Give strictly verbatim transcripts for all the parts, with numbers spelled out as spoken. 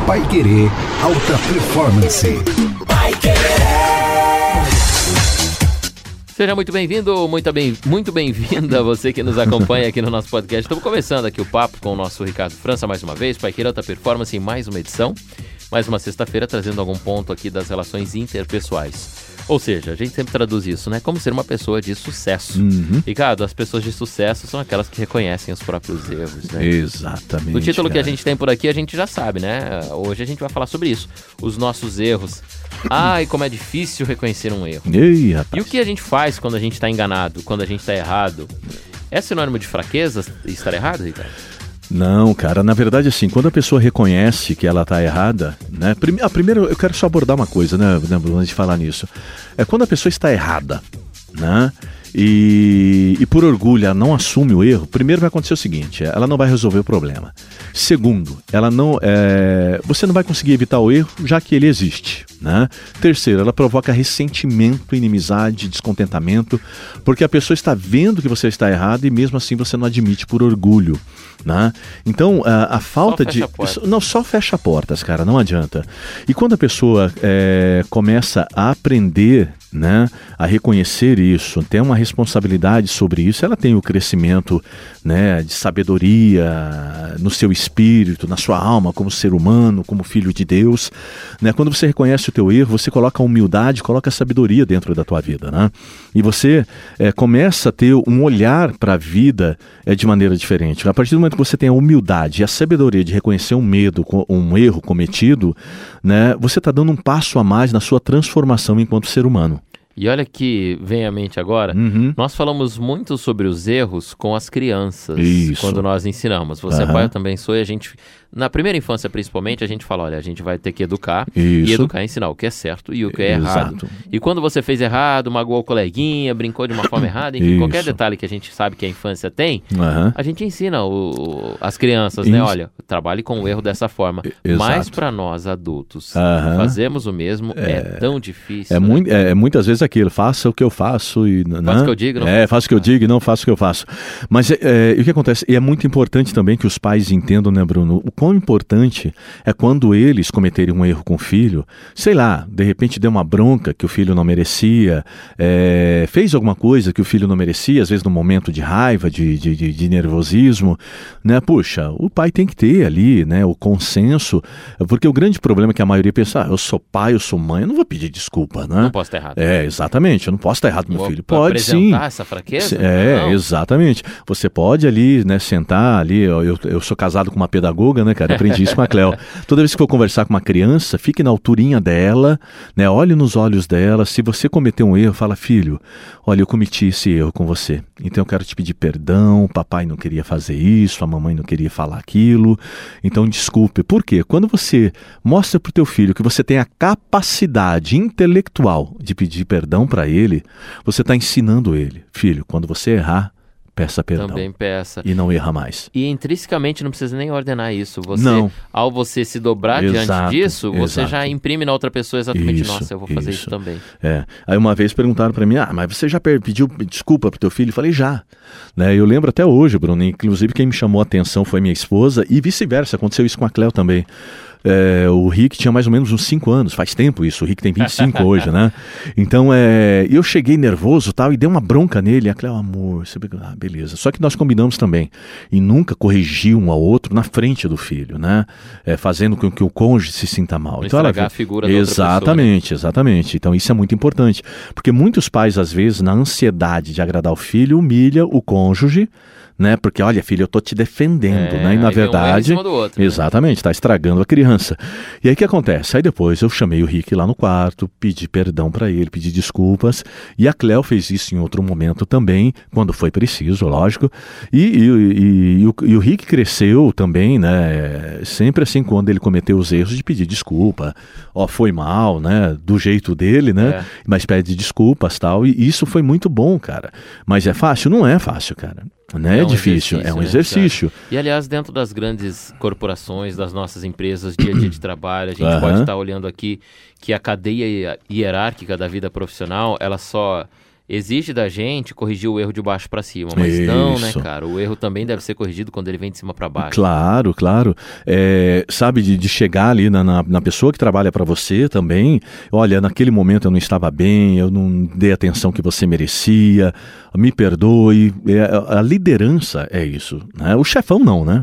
Paiquerê Alta Performance. Seja muito bem-vindo, muito, bem, muito bem-vinda você que nos acompanha aqui no nosso podcast. Estamos começando aqui o papo com o nosso Ricardo França mais uma vez, Paiquerê Alta Performance em mais uma edição, mais uma sexta-feira trazendo algum ponto aqui das relações interpessoais. Ou seja, a gente sempre traduz isso, né? Como ser uma pessoa de sucesso. Uhum. Ricardo, as pessoas de sucesso são aquelas que reconhecem os próprios erros, né? Exatamente. O título cara. que a gente tem por aqui, a gente já sabe, né? Hoje a gente vai falar sobre isso. Os nossos erros. Ai, como é difícil reconhecer um erro. Ei, rapaz. E o que a gente faz quando a gente está enganado, quando a gente está errado? É sinônimo de fraqueza estar errado, Ricardo? Não, cara, na verdade assim, quando a pessoa reconhece que ela tá errada, né? Prime- ah, primeiro eu quero só abordar uma coisa, né, antes de falar nisso. É quando a pessoa está errada, né? E, e por orgulho ela não assume o erro, primeiro vai acontecer o seguinte, ela não vai resolver o problema. Segundo, ela não, é, você não vai conseguir evitar o erro, já que ele existe, né? Terceiro, ela provoca ressentimento, inimizade, descontentamento, porque a pessoa está vendo que você está errado e mesmo assim você não admite por orgulho, né? Então, a, a falta só de... fecha Não, só fecha portas, cara, não adianta. E quando a pessoa é, começa a aprender, né, a reconhecer isso, ter uma responsabilidade sobre isso, ela tem o crescimento, né, de sabedoria no seu espírito, na sua alma, como ser humano, como filho de Deus, né? Quando você reconhece o teu erro, você coloca a humildade, coloca a sabedoria dentro da tua vida, né? E você é, começa a ter um olhar para a vida é, de maneira diferente. A partir do momento que você tem a humildade e a sabedoria de reconhecer um medo, um erro cometido, né, você está dando um passo a mais na sua transformação enquanto ser humano. E olha que vem à mente agora, Uhum. nós falamos muito sobre os erros com as crianças, Isso. quando nós ensinamos. Você Aham. é pai, eu também sou, e a gente, na primeira infância principalmente, a gente fala, olha, a gente vai ter que educar, Isso. e educar é ensinar o que é certo e o que é errado. Exato. E quando você fez errado, magoou o coleguinha, brincou de uma forma errada, enfim, Isso. qualquer detalhe que a gente sabe que a infância tem, Aham. a gente ensina o, o- as crianças, né? Isso. Olha, trabalhe com o erro dessa forma. Exato. Mas para nós adultos, Aham. fazemos o mesmo é, tão difícil. É, né? muito, é, é muitas vezes aquilo, faça o que eu faço e... Faça o que eu digo, não É, faça. faça o que eu digo e não faça o que eu faço. Mas é, é, e o que acontece? E é muito importante também que os pais entendam, né, Bruno, o quão importante é quando eles cometerem um erro com o filho, sei lá, de repente deu uma bronca que o filho não merecia, é, fez alguma coisa que o filho não merecia, às vezes num momento de raiva, de, de, de, de nervosismo, né? Puxa, o pai tem que ter ali, né, o consenso, porque o grande problema é que a maioria pensa, ah, eu sou pai, eu sou mãe, eu não vou pedir desculpa, né? Não posso estar errado. É, exatamente, eu não posso estar errado, meu Vou filho. Pode sim. apresentar essa fraqueza? É, Não. exatamente. Você pode ali, né, sentar ali, eu, eu, eu sou casado com uma pedagoga, né, cara, aprendi isso com a Cléo. Toda vez que for conversar com uma criança, fique na alturinha dela, né, olhe nos olhos dela, se você cometer um erro, fala, filho, olha, eu cometi esse erro com você, então eu quero te pedir perdão, o papai não queria fazer isso, a mamãe não queria falar aquilo, então desculpe. Por quê? Quando você mostra pro teu filho que você tem a capacidade intelectual de pedir perdão para ele, você está ensinando ele, filho, quando você errar, peça perdão. Também peça. E não erra mais. E intrinsecamente não precisa nem ordenar isso. Você, Não. ao você se dobrar Exato, diante disso, você exato. já imprime na outra pessoa exatamente, Isso, nossa, eu vou fazer isso, isso. também. É. Aí uma vez perguntaram para mim, ah, mas você já pediu desculpa pro teu filho? Eu falei, já. Né? Eu lembro até hoje, Bruno, inclusive quem me chamou a atenção foi minha esposa e vice-versa, aconteceu isso com a Cléo também. É, o Rick tinha mais ou menos uns cinco anos, faz tempo isso, o Rick tem vinte e cinco hoje, né? Então, é, eu cheguei nervoso tal, e dei uma bronca nele, e a Cléo, amor, você... ah, beleza. Só que nós combinamos também, e nunca corrigir um ao outro na frente do filho, né? É, fazendo com que o cônjuge se sinta mal. Não Então, estragar ela... a figura da outra pessoa, né? Exatamente, exatamente. Então, isso é muito importante, porque muitos pais, às vezes, na ansiedade de agradar o filho, humilha o cônjuge, né? Porque, olha, filho, eu tô te defendendo, É, né? E na aí vem um erro em verdade, cima do outro, né? exatamente, está estragando a criança. E aí o que acontece? Aí depois eu chamei o Rick lá no quarto, pedi perdão para ele, pedi desculpas, e a Cléo fez isso em outro momento também, quando foi preciso, lógico. E, e, e, e, o, e o Rick cresceu também, né? Sempre assim, quando ele cometeu os erros, de pedir desculpa. Ó, foi mal, né? Do jeito dele, né? É. Mas pede desculpas, tal. E isso foi muito bom, cara. Mas é fácil? Não é fácil, cara. Né? É, um difícil, é um né, exercício. Thiago? E aliás, dentro das grandes corporações, das nossas empresas, dia a dia de trabalho, a gente Aham. pode estar olhando aqui que a cadeia hierárquica da vida profissional, ela só exige da gente corrigir o erro de baixo para cima, mas Isso. não, né, cara? O erro também deve ser corrigido quando ele vem de cima para baixo. Claro, claro. É, sabe, de, de chegar ali na, na, na pessoa que trabalha para você também. Olha, naquele momento eu não estava bem, eu não dei a atenção que você merecia, me perdoe. É, a liderança é isso, né? O chefão não, né?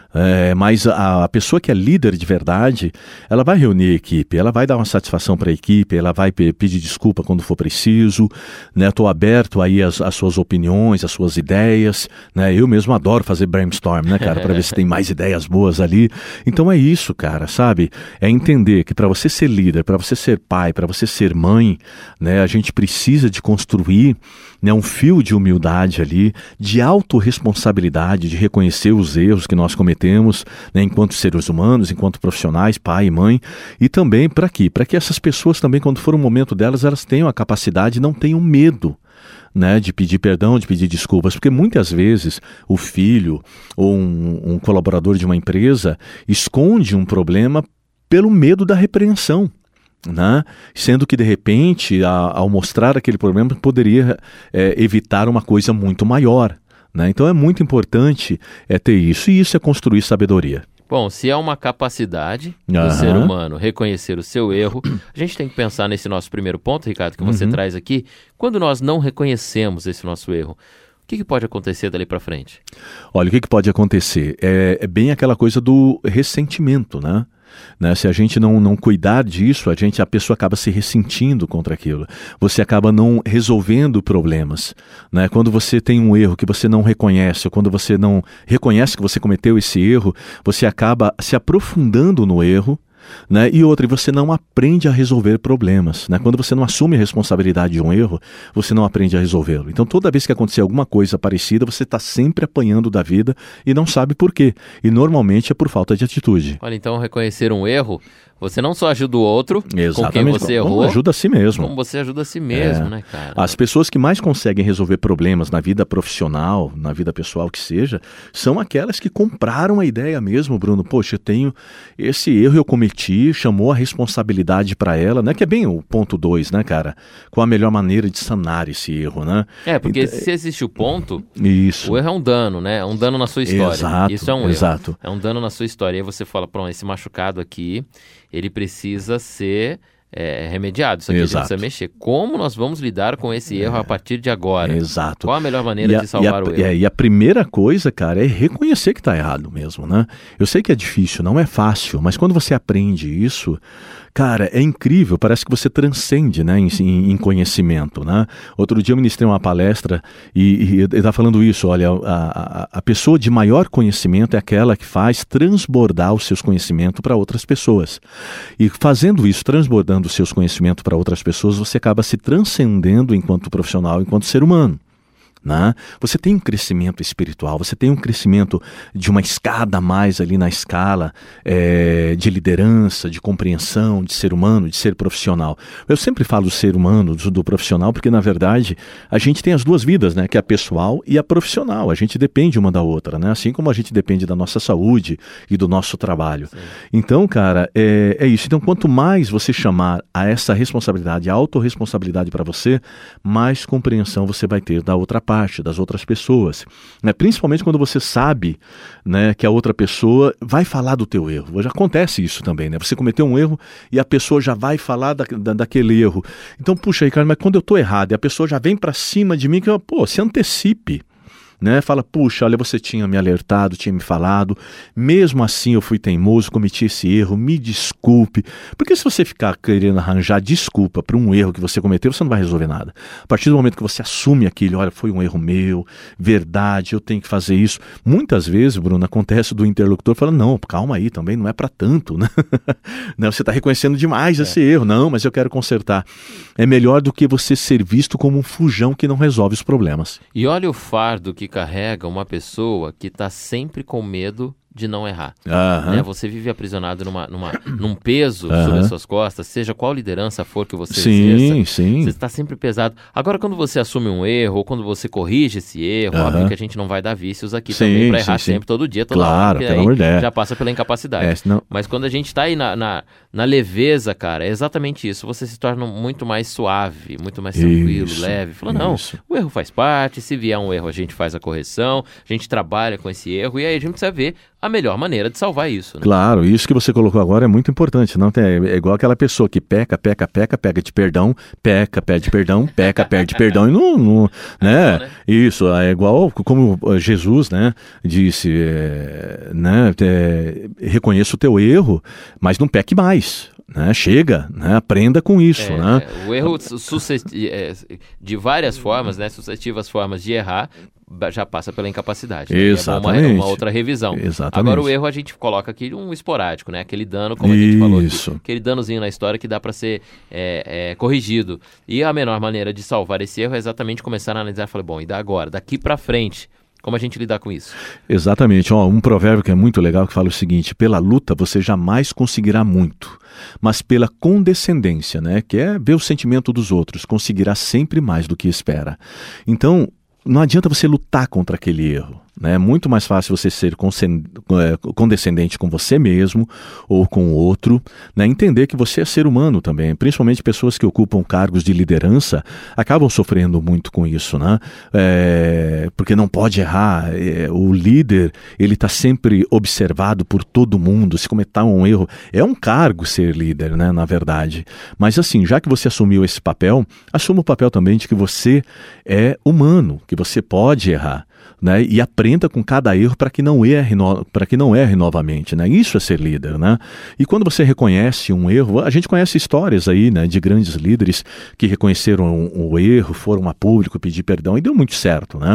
É, mas a, a pessoa que é líder de verdade, ela vai reunir a equipe, ela vai dar uma satisfação para a equipe, ela vai pe- pedir desculpa quando for preciso, né? Estou aberto aí às, às suas opiniões, às suas ideias, né? Eu mesmo adoro fazer brainstorm, né, cara, para ver se tem mais ideias boas ali. Então é isso, cara, sabe? É entender que para você ser líder, para você ser pai, para você ser mãe, né, a gente precisa de construir, né, um fio de humildade ali, de autorresponsabilidade, de reconhecer os erros que nós cometemos, temos, né, enquanto seres humanos, enquanto profissionais, pai e mãe, e também para quê? Para que essas pessoas também, quando for o momento delas, elas tenham a capacidade, não tenham medo, né, de pedir perdão, de pedir desculpas, porque muitas vezes o filho ou um, um colaborador de uma empresa esconde um problema pelo medo da repreensão. Né? Sendo que de repente, a, ao mostrar aquele problema, poderia é, evitar uma coisa muito maior. Né? Então é muito importante é, ter isso, e isso é construir sabedoria. Bom, se é uma capacidade do Aham. ser humano reconhecer o seu erro, a gente tem que pensar nesse nosso primeiro ponto, Ricardo, que você Uhum. traz aqui. Quando nós não reconhecemos esse nosso erro, o que, que pode acontecer dali para frente? Olha, o que, que pode acontecer? É, é bem aquela coisa do ressentimento, né? Né? Se a gente não, não cuidar disso, a, gente, a pessoa acaba se ressentindo contra aquilo. Você acaba não resolvendo problemas. Né? Quando você tem um erro que você não reconhece, ou quando você não reconhece que você cometeu esse erro, você acaba se aprofundando no erro. Né? E outra, você não aprende a resolver problemas. Né? Quando você não assume a responsabilidade de um erro, você não aprende a resolvê-lo. Então, toda vez que acontecer alguma coisa parecida, você está sempre apanhando da vida e não sabe por quê. E normalmente é por falta de atitude. Olha, então reconhecer um erro, você não só ajuda o outro Exatamente. com quem você Como errou, ajuda a si mesmo. como você ajuda a si mesmo, É. né, cara? As pessoas que mais conseguem resolver problemas na vida profissional, na vida pessoal que seja, são aquelas que compraram a ideia mesmo, Bruno. Poxa, eu tenho esse erro, eu cometi, chamou a responsabilidade para ela, né? Que é bem o ponto dois, né, cara? Qual a melhor maneira de sanar esse erro, né? É, porque Então, se existe o ponto, Isso. o erro é um dano, né? É um dano na sua história. Exato, Isso é um exato. erro. É um dano na sua história. E aí você fala, pronto, esse machucado aqui, ele precisa ser é, remediado. Isso aqui Exato. a gente precisa mexer. Como nós vamos lidar com esse erro a partir de agora? Exato. Qual a melhor maneira E a, de salvar e a, o erro? é, e a primeira coisa, cara, é reconhecer que está errado mesmo, né? Eu sei que é difícil, não é fácil, mas quando você aprende isso, cara, é incrível, parece que você transcende, né, em, em conhecimento, né? Outro dia eu ministrei uma palestra e está falando isso, olha, a, a, a pessoa de maior conhecimento é aquela que faz transbordar os seus conhecimentos para outras pessoas. E fazendo isso, transbordando os seus conhecimentos para outras pessoas, você acaba se transcendendo enquanto profissional, enquanto ser humano. Né? Você tem um crescimento espiritual, você tem um crescimento de uma escada a mais ali na escala é, de liderança, de compreensão, de ser humano, de ser profissional. Eu sempre falo do ser humano, do, do profissional, porque na verdade a gente tem as duas vidas, né? Que é a pessoal e a profissional. A gente depende uma da outra, né? Assim como a gente depende da nossa saúde e do nosso trabalho. Sim. Então, cara, é, é isso. Então, quanto mais você chamar a essa responsabilidade, a autorresponsabilidade para você, mais compreensão você vai ter da outra parte. parte das outras pessoas, né? Principalmente quando você sabe, né, que a outra pessoa vai falar do teu erro. Já acontece isso também, né? Você cometeu um erro e a pessoa já vai falar da, da, daquele erro. Então, puxa, Ricardo, mas quando eu estou errado e a pessoa já vem para cima de mim, que eu, pô, se antecipe. Né? Fala, puxa, olha, você tinha me alertado, tinha me falado, mesmo assim eu fui teimoso, cometi esse erro, me desculpe. Porque se você ficar querendo arranjar desculpa para um erro que você cometeu, você não vai resolver nada. A partir do momento que você assume aquilo, olha, foi um erro meu, verdade, eu tenho que fazer isso. Muitas vezes, Bruno, acontece do interlocutor falando, não, calma aí, também não é para tanto, né? Não, você está reconhecendo demais é. esse erro. Não, mas eu quero consertar. É melhor do que você ser visto como um fujão que não resolve os problemas. E olha o fardo que carrega uma pessoa que está sempre com medo de não errar. Uhum. Né? Você vive aprisionado numa, numa, num peso uhum. sobre as suas costas, seja qual liderança for que você sim, exerça, sim. você está sempre pesado. Agora, quando você assume um erro, ou quando você corrige esse erro, uhum. óbvio que a gente não vai dar vícios aqui sim, também para errar sim, sempre, sim. todo dia, toda claro, hora, pelo amor de Deus. Já passa pela incapacidade. É, senão... Mas quando a gente está aí na, na, na leveza, cara, é exatamente isso. Você se torna muito mais suave, muito mais tranquilo, isso, leve. Fala, não, isso. o erro faz parte, se vier um erro a gente faz a correção, a gente trabalha com esse erro e aí a gente precisa ver a melhor maneira de salvar isso. Né? Claro, isso que você colocou agora é muito importante. Não tem, é igual aquela pessoa que peca, peca, peca, pega de perdão, peca, pede perdão, peca, perde perdão e não, não né? É bom, né? Isso, é igual como Jesus, né, disse, é, né, é, reconheça o teu erro, mas não peque mais. Né? Chega, né? Aprenda com isso. É, né? O erro de várias formas, né? sucessivas formas de errar, já passa pela incapacidade. Né? Exatamente. É uma, uma outra revisão. Exatamente. Agora o erro a gente coloca aqui um esporádico, né? Aquele dano, como a gente falou aqui, aquele danozinho na história que dá para ser é, é, corrigido. E a menor maneira de salvar esse erro é exatamente começar a analisar e falar, bom, e da agora, daqui para frente, como a gente lidar com isso? Exatamente. Ó, um provérbio que é muito legal que fala o seguinte: pela luta você jamais conseguirá muito, mas pela condescendência, né, que é ver o sentimento dos outros, conseguirá sempre mais do que espera. Então, não adianta você lutar contra aquele erro. É muito mais fácil você ser condescendente com você mesmo ou com o outro, né? Entender que você é ser humano também, principalmente pessoas que ocupam cargos de liderança acabam sofrendo muito com isso, né? É, porque não pode errar, é, o líder ele está sempre observado por todo mundo, se cometer um erro, é um cargo ser líder, né? Na verdade, mas assim, já que você assumiu esse papel, assuma o papel também de que você é humano, que você pode errar. Né, e aprenda com cada erro para que não erre no, para que não erre novamente, né? Isso é ser líder, né? E quando você reconhece um erro, a gente conhece histórias aí, né, de grandes líderes que reconheceram o erro, foram a público pedir perdão e deu muito certo, né?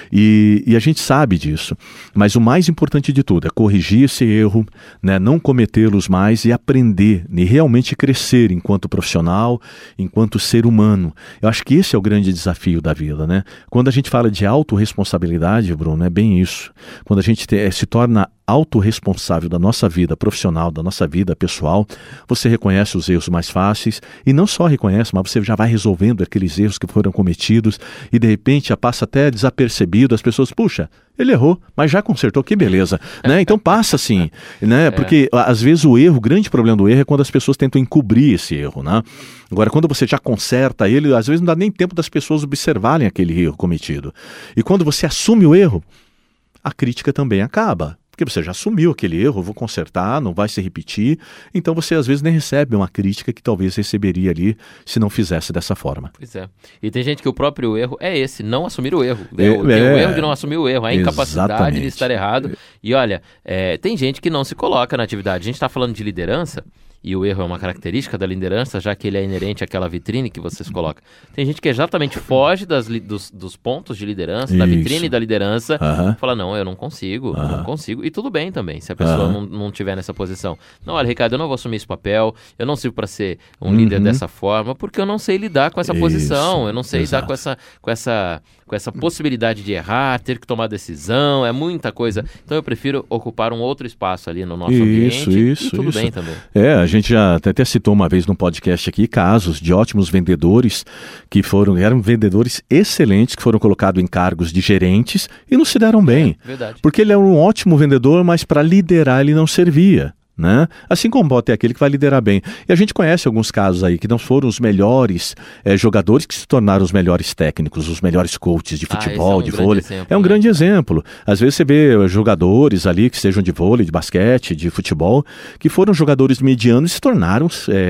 E, e a gente sabe disso. Mas o mais importante de tudo é corrigir esse erro, né, não cometê-los mais e aprender e realmente crescer enquanto profissional, enquanto ser humano. Eu acho que esse é o grande desafio da vida, né? Quando a gente fala de autorresponsabilidade, Bruno, é bem isso. Quando a gente te, se torna autorresponsável da nossa vida profissional, da nossa vida pessoal, você reconhece os erros mais fáceis e não só reconhece, mas você já vai resolvendo aqueles erros que foram cometidos e de repente já passa até desapercebido, as pessoas, puxa, ele errou, mas já consertou, que beleza, né? Então passa assim, né? Porque às vezes o erro, o grande problema do erro é quando as pessoas tentam encobrir esse erro, né? Agora, quando você já conserta ele, às vezes não dá nem tempo das pessoas observarem aquele erro cometido. E quando você assume o erro, a crítica também acaba. Porque você já assumiu aquele erro, vou consertar, não vai se repetir. Então você às vezes nem recebe uma crítica que talvez receberia ali se não fizesse dessa forma. Pois é. E tem gente que o próprio erro é esse, não assumir o erro. É, tem é, o erro de não assumir o erro, a incapacidade exatamente. de estar errado. E olha, é, tem gente que não se coloca na atividade. A gente está falando de liderança, e o erro é uma característica da liderança, já que ele é inerente àquela vitrine que vocês colocam. Tem gente que exatamente foge das, dos, dos pontos de liderança, da vitrine da liderança, uh-huh. fala, não, eu não consigo, uh-huh. eu não consigo. E tudo bem também, se a pessoa uh-huh. não, não tiver nessa posição. Não, olha, Ricardo, eu não vou assumir esse papel, eu não sirvo para ser um uh-huh. líder dessa forma, porque eu não sei lidar com essa Isso. posição, eu não sei Exato. lidar com essa, com, essa, com essa possibilidade de errar, ter que tomar decisão, é muita coisa. Então eu prefiro ocupar um outro espaço ali no nosso isso, ambiente isso, e tudo isso. bem também. É, a gente já até citou uma vez no podcast aqui casos de ótimos vendedores que foram, eram vendedores excelentes, que foram colocados em cargos de gerentes e não se deram bem. É, verdade. Porque ele era um ótimo vendedor, mas para liderar ele não servia. Né? Assim como pode ter aquele que vai liderar bem. E a gente conhece alguns casos aí que não foram os melhores é, jogadores que se tornaram os melhores técnicos, os melhores coaches de futebol, ah, é um de vôlei. Exemplo, é um né? grande exemplo. Às vezes você vê jogadores ali que sejam de vôlei, de basquete, de futebol, que foram jogadores medianos e se tornaram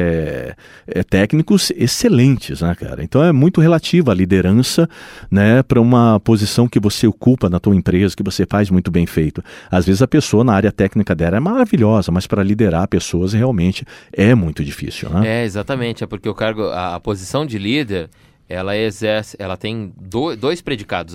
é, é, técnicos excelentes, né, cara? Então é muito relativa a liderança, né, para uma posição que você ocupa na tua empresa, que você faz muito bem feito. Às vezes a pessoa na área técnica dela é maravilhosa, mas para liderar pessoas realmente é muito difícil, né? É, exatamente, é porque o cargo, a, a posição de líder, ela exerce, ela tem do, dois predicados ali.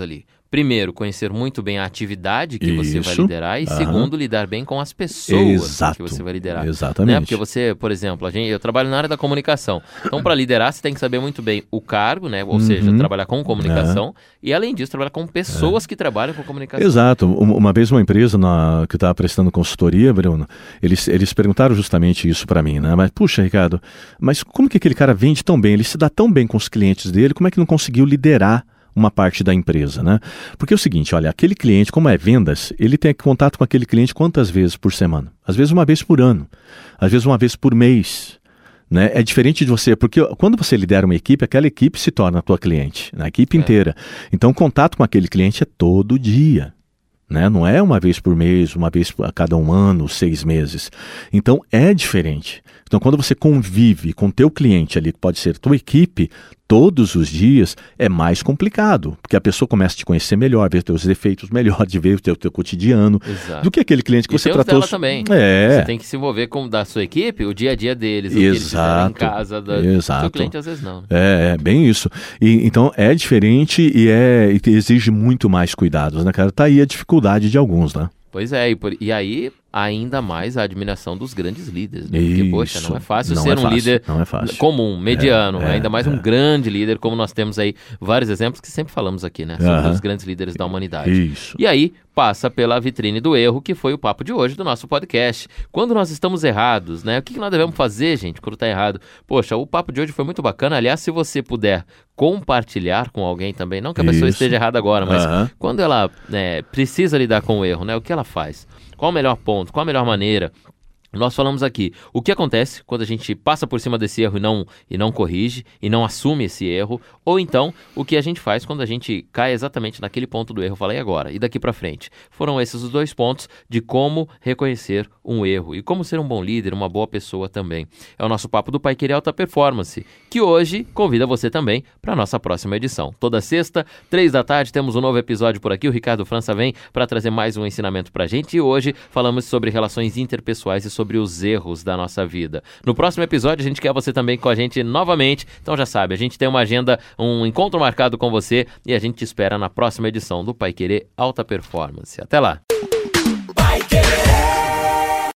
primeiro, conhecer muito bem a atividade que Isso. você vai liderar e, Aham. segundo, lidar bem com as pessoas Exato. que você vai liderar. Exatamente. Né? Porque você, por exemplo, a gente, eu trabalho na área da comunicação. Então, para liderar, você tem que saber muito bem o cargo, né? Ou Uhum. seja, trabalhar com comunicação e, além disso, trabalhar com pessoas que trabalham com comunicação. Exato. Um- Uma vez uma empresa na, que estava prestando consultoria, Bruno, eles, eles perguntaram justamente isso para mim, né? Mas, puxa, Ricardo, mas como que aquele cara vende tão bem? Ele se dá tão bem com os clientes dele, como é que não conseguiu liderar uma parte da empresa, né? Porque é o seguinte, olha, aquele cliente, como é vendas, ele tem contato com aquele cliente quantas vezes por semana? Às vezes uma vez por ano, às vezes uma vez por mês, né? É diferente de você, porque quando você lidera uma equipe, aquela equipe se torna a tua cliente, a equipe É. inteira. Então, o contato com aquele cliente é todo dia. Né? Não é uma vez por mês, uma vez a cada um ano, seis meses. Então é diferente. Então quando você convive com teu cliente ali, que pode ser tua equipe, todos os dias, é mais complicado, porque a pessoa começa a te conhecer melhor, ver teus defeitos melhor, de ver o teu, teu cotidiano, Exato. do que aquele cliente que E você tem os tratou. dela também. É. Você tem que se envolver com da sua equipe, o dia a dia deles, o que eles fizeram em Exato. casa. Da... Exato. Seu cliente às vezes não. É, é bem isso. E, então é diferente e, é, e exige muito mais cuidados, né, cara? Tá aí a dificuldade de alguns, né? Pois é, e, por- e aí ainda mais a admiração dos grandes líderes, né? Porque, poxa, não é fácil Não ser é um fácil, líder não é fácil. comum, mediano, É, é, ainda mais um é. grande líder, como nós temos aí vários exemplos que sempre falamos aqui, né? Sobre Aham. os grandes líderes da humanidade. Isso. E aí passa pela vitrine do erro, que foi o papo de hoje do nosso podcast. Quando nós estamos errados, né? O que que nós devemos fazer, gente, quando tá errado? Poxa, o papo de hoje foi muito bacana. Aliás, se você puder compartilhar com alguém também, não que a pessoa Isso. esteja errada agora, mas Aham. quando ela né, precisa lidar com o erro, né? O que ela faz? Qual o melhor ponto? Qual a melhor maneira? Nós falamos aqui o que acontece quando a gente passa por cima desse erro e não, e não corrige, e não assume esse erro, ou então o que a gente faz quando a gente cai exatamente naquele ponto do erro, falei agora, e daqui pra frente. Foram esses os dois pontos de como reconhecer um erro e como ser um bom líder, uma boa pessoa também. É o nosso papo do Paiquerê Alta Performance, que hoje convida você também para a nossa próxima edição. Toda sexta, três da tarde, temos um novo episódio por aqui, o Ricardo França vem para trazer mais um ensinamento pra gente, e hoje falamos sobre relações interpessoais e sobre os erros da nossa vida. No próximo episódio a gente quer você também com a gente novamente, então já sabe, a gente tem uma agenda, um encontro marcado com você e a gente te espera na próxima edição do Paiquerê Alta Performance. Até lá! Paiquerê